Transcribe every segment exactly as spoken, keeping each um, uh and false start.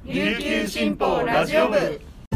琉球新報ラジオ部。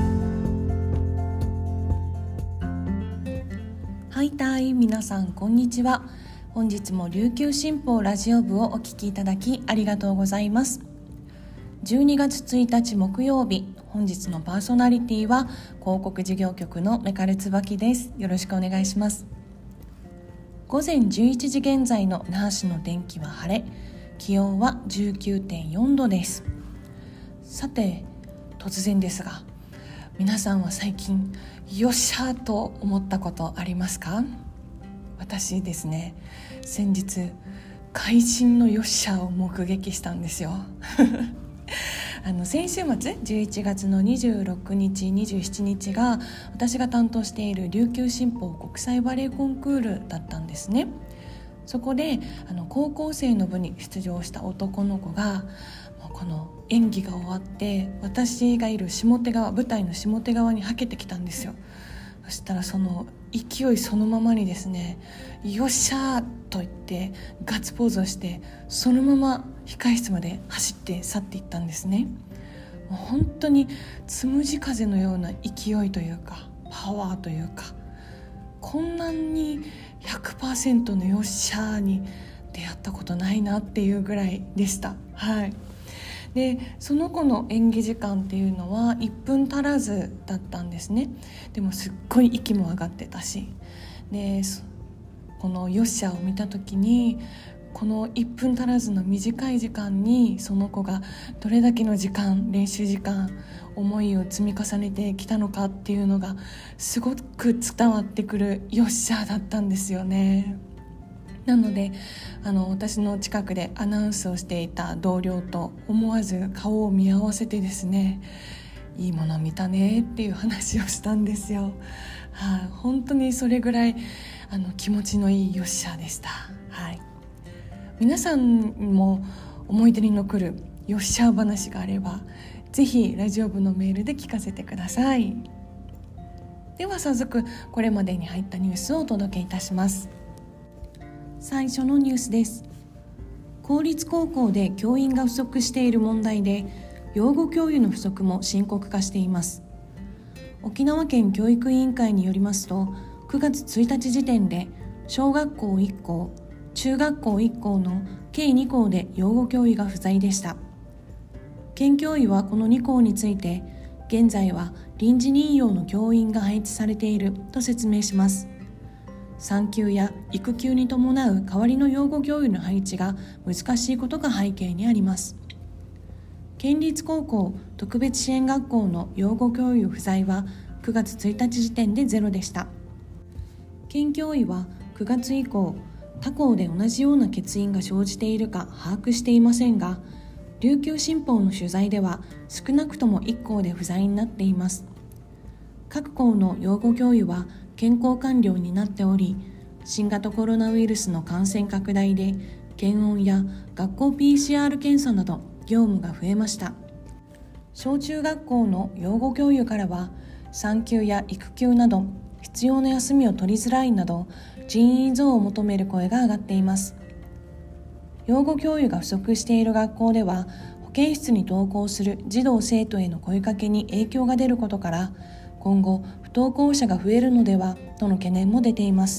はいたい、皆さんこんにちは。本日も琉球新報ラジオ部をお聞きいただきありがとうございます。じゅうにがつついたち木曜日、本日のパーソナリティは広告事業局のメカルつばきです。よろしくお願いします。午前じゅういちじ現在の那覇市の天気は晴れ、気温は じゅうきゅうてんよんどです。さて、突然ですが、皆さんは最近よっしゃーと思ったことありますか？私ですね、先日会心のよっしゃーを目撃したんですよあの先週末じゅういちがつのにじゅうろくにちにじゅうしちにちが私が担当している琉球新報国際バレエコンクールだったんですね。そこであの高校生の部に出場した男の子が、もうこの演技が終わって私がいる下手側、舞台の下手側にはけてきたんですよ。そしたらその勢いそのままにですね、よっしゃーと言ってガッツポーズをして、そのまま控室まで走って去っていったんですね。もう本当につむじ風のような勢いというかパワーというか、こんなに ひゃくパーセント のよっしゃーに出会ったことないなっていうぐらいでした。はい。でその子の演技時間っていうのはいっぷん足らずだったんですね。でもすっごい息も上がってたし、でこのよっしゃを見た時に、このいっぷん足らずの短い時間にその子がどれだけの時間、練習時間、思いを積み重ねてきたのかっていうのがすごく伝わってくるよっしゃだったんですよね。なのであの私の近くでアナウンスをしていた同僚と思わず顔を見合わせてですね、いいもの見たねっていう話をしたんですよ。はい、本当にそれぐらいあの気持ちのいいよっしゃでした。はい、皆さんも思い出に残るよっしゃ話があれば、ぜひラジオ部のメールで聞かせてください。では早速これまでに入ったニュースをお届けいたします。最初のニュースです。公立高校で教員が不足している問題で、養護教諭の不足も深刻化しています。沖縄県教育委員会によりますと、くがつついたち時点で小学校いっこう、中学校いっこうの計にこうで養護教諭が不在でした。県教諭はこのにこうについて、現在は臨時任用の教員が配置されていると説明します。産休や育休に伴う代わりの養護教諭の配置が難しいことが背景にあります。県立高校特別支援学校の養護教諭不在はくがつついたち時点でゼロでした。県教諭はくがつ以降、他校で同じような欠員が生じているか把握していませんが、琉球新報の取材では少なくともいっこうで不在になっています。各校の養護教諭は健康管理を担っており、新型コロナウイルスの感染拡大で検温や学校 ピーシーアール 検査など業務が増えました。小中学校の養護教諭からは、産休や育休など必要な休みを取りづらいなど人員増を求める声が上がっています。養護教諭が不足している学校では、保健室に登校する児童生徒への声かけに影響が出ることから、今後不登校者が増えるのではとの懸念も出ています。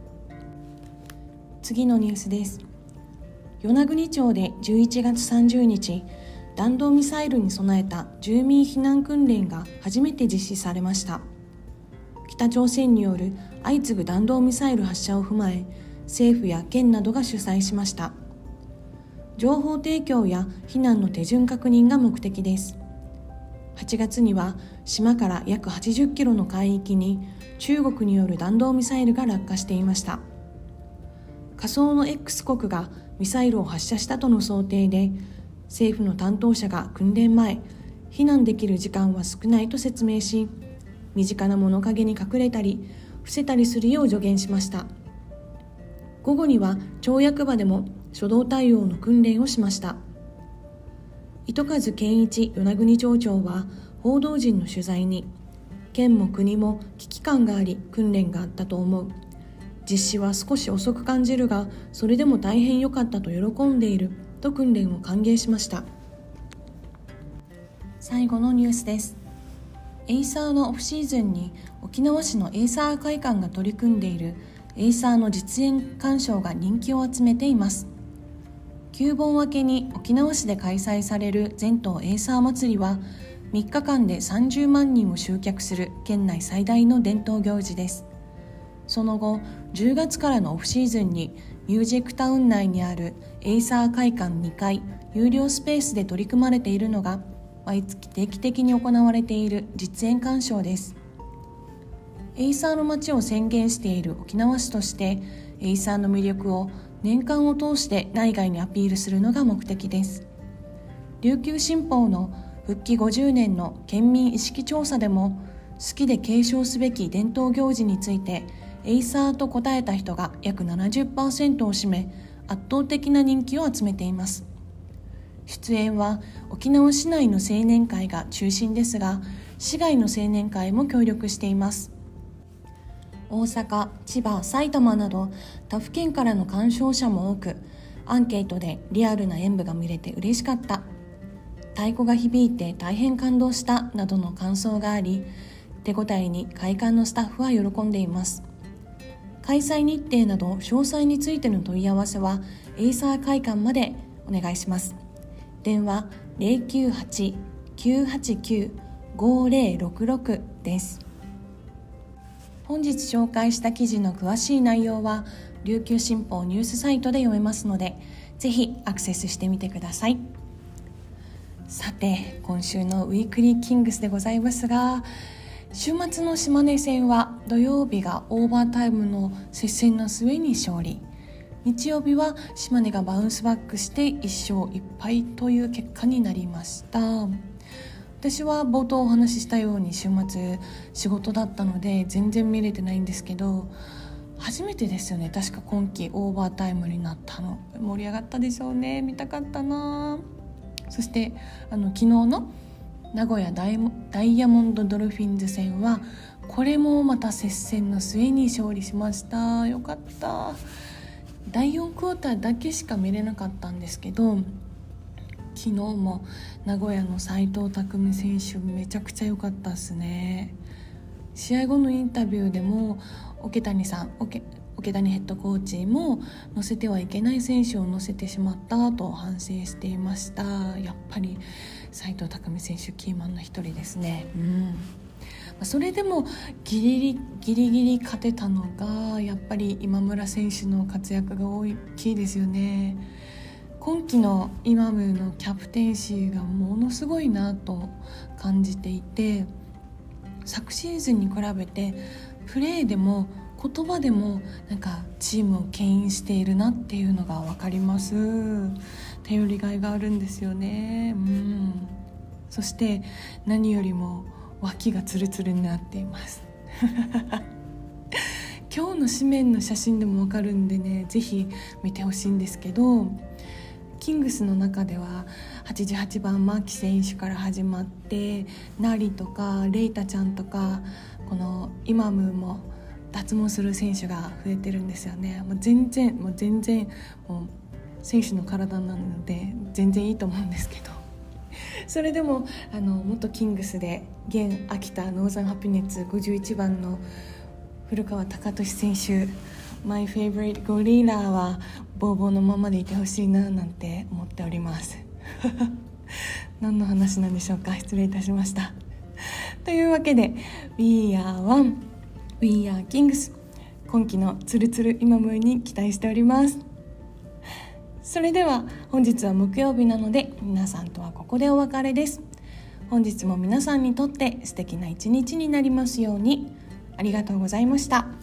次のニュースです。与那国町でじゅういちがつさんじゅうにち、弾道ミサイルに備えた住民避難訓練が初めて実施されました。北朝鮮による相次ぐ弾道ミサイル発射を踏まえ、政府や県などが主催しました。情報提供や避難の手順確認が目的です。はちがつには島から約はちじゅっキロの海域に中国による弾道ミサイルが落下していました。仮想の X 国がミサイルを発射したとの想定で、政府の担当者が訓練前、避難できる時間は少ないと説明し、身近な物陰に隠れたり伏せたりするよう助言しました。午後には町役場でも初動対応の訓練をしました。糸数健一与那国町長は報道陣の取材に、県も国も危機感があり訓練があったと思う。実施は少し遅く感じるが、それでも大変良かったと喜んでいると訓練を歓迎しました。 最後のニュースです。エイサーのオフシーズンに沖縄市のエイサー会館が取り組んでいるエイサーの実演鑑賞が人気を集めています。きゅうぼん明けに沖縄市で開催される全島エイサー祭りはみっかかんでさんじゅうまんにんを集客する県内最大の伝統行事です。その後じゅうがつからのオフシーズンにミュージックタウン内にあるエイサー会館にかい有料スペースで取り組まれているのが毎月定期的に行われている実演鑑賞です。エイサーの街を宣言している沖縄市としてエイサーの魅力を年間を通して内外にアピールするのが目的です。琉球新報の復帰ごじゅうねんの県民意識調査でも好きで継承すべき伝統行事についてエイサーと答えた人が約 ななじゅっパーセント を占め圧倒的な人気を集めています。出演は沖縄市内の青年会が中心ですが市外の青年会も協力しています。大阪、千葉、埼玉など他府県からの鑑賞者も多くアンケートでリアルな演舞が見れて嬉しかった、太鼓が響いて大変感動したなどの感想があり手応えに会館のスタッフは喜んでいます。開催日程など詳細についての問い合わせはエイサー会館までお願いします。電話 ゼロきゅうはち きゅうはちきゅう ごゼロろくろく です。本日紹介した記事の詳しい内容は琉球新報ニュースサイトで読めますのでぜひアクセスしてみてください。さて今週のウィークリーキングスでございますが、週末の島根戦は土曜日がオーバータイムの接戦の末に勝利、日曜日は島根がバウンスバックしていっしょういっぱいという結果になりました。私は冒頭お話ししたように週末仕事だったので全然見れてないんですけど、初めてですよね、確か今季オーバータイムになったの。盛り上がったでしょうね。見たかったな。そしてあの昨日の名古屋ダイ、ダイヤモンドドルフィンズ戦はこれもまた接戦の末に勝利しました。よかった。だいよんクォーターだけしか見れなかったんですけど、昨日も名古屋の斉藤匠選手めちゃくちゃ良かったですね。試合後のインタビューでも桶谷さん桶谷ヘッドコーチも乗せてはいけない選手を乗せてしまったと反省していました。やっぱり斉藤匠選手キーマンの一人ですね。うんそれでもギリギリギリギリ勝てたのがやっぱり今村選手の活躍が大きいですよね。今季のイマムのキャプテンシーがものすごいなと感じていて、昨シーズンに比べてプレーでも言葉でもなんかチームを牽引しているなっていうのが分かります。頼りがいがあるんですよね。うんそして何よりも脇がツルツルになっています今日の紙面の写真でも分かるんでね、ぜひ見てほしいんですけど、キングスの中でははちじゅうはちばんマキ選手から始まってナリとかレイタちゃんとかこのイマムも脱毛する選手が増えてるんですよね。もう全然もう全然もう選手の体なので全然いいと思うんですけど、それでもあの元キングスで現秋田ノーザンハピネッツごじゅういちばんの古川貴俊選手、マイフェイブリットゴリラはボーボーのままでいてほしいななんて思っております何の話なんでしょうか。失礼いたしましたというわけで We are one We are Kings、 今季のツルツルイマムに期待しております。それでは本日は木曜日なので皆さんとはここでお別れです。本日も皆さんにとって素敵な一日になりますように。ありがとうございました。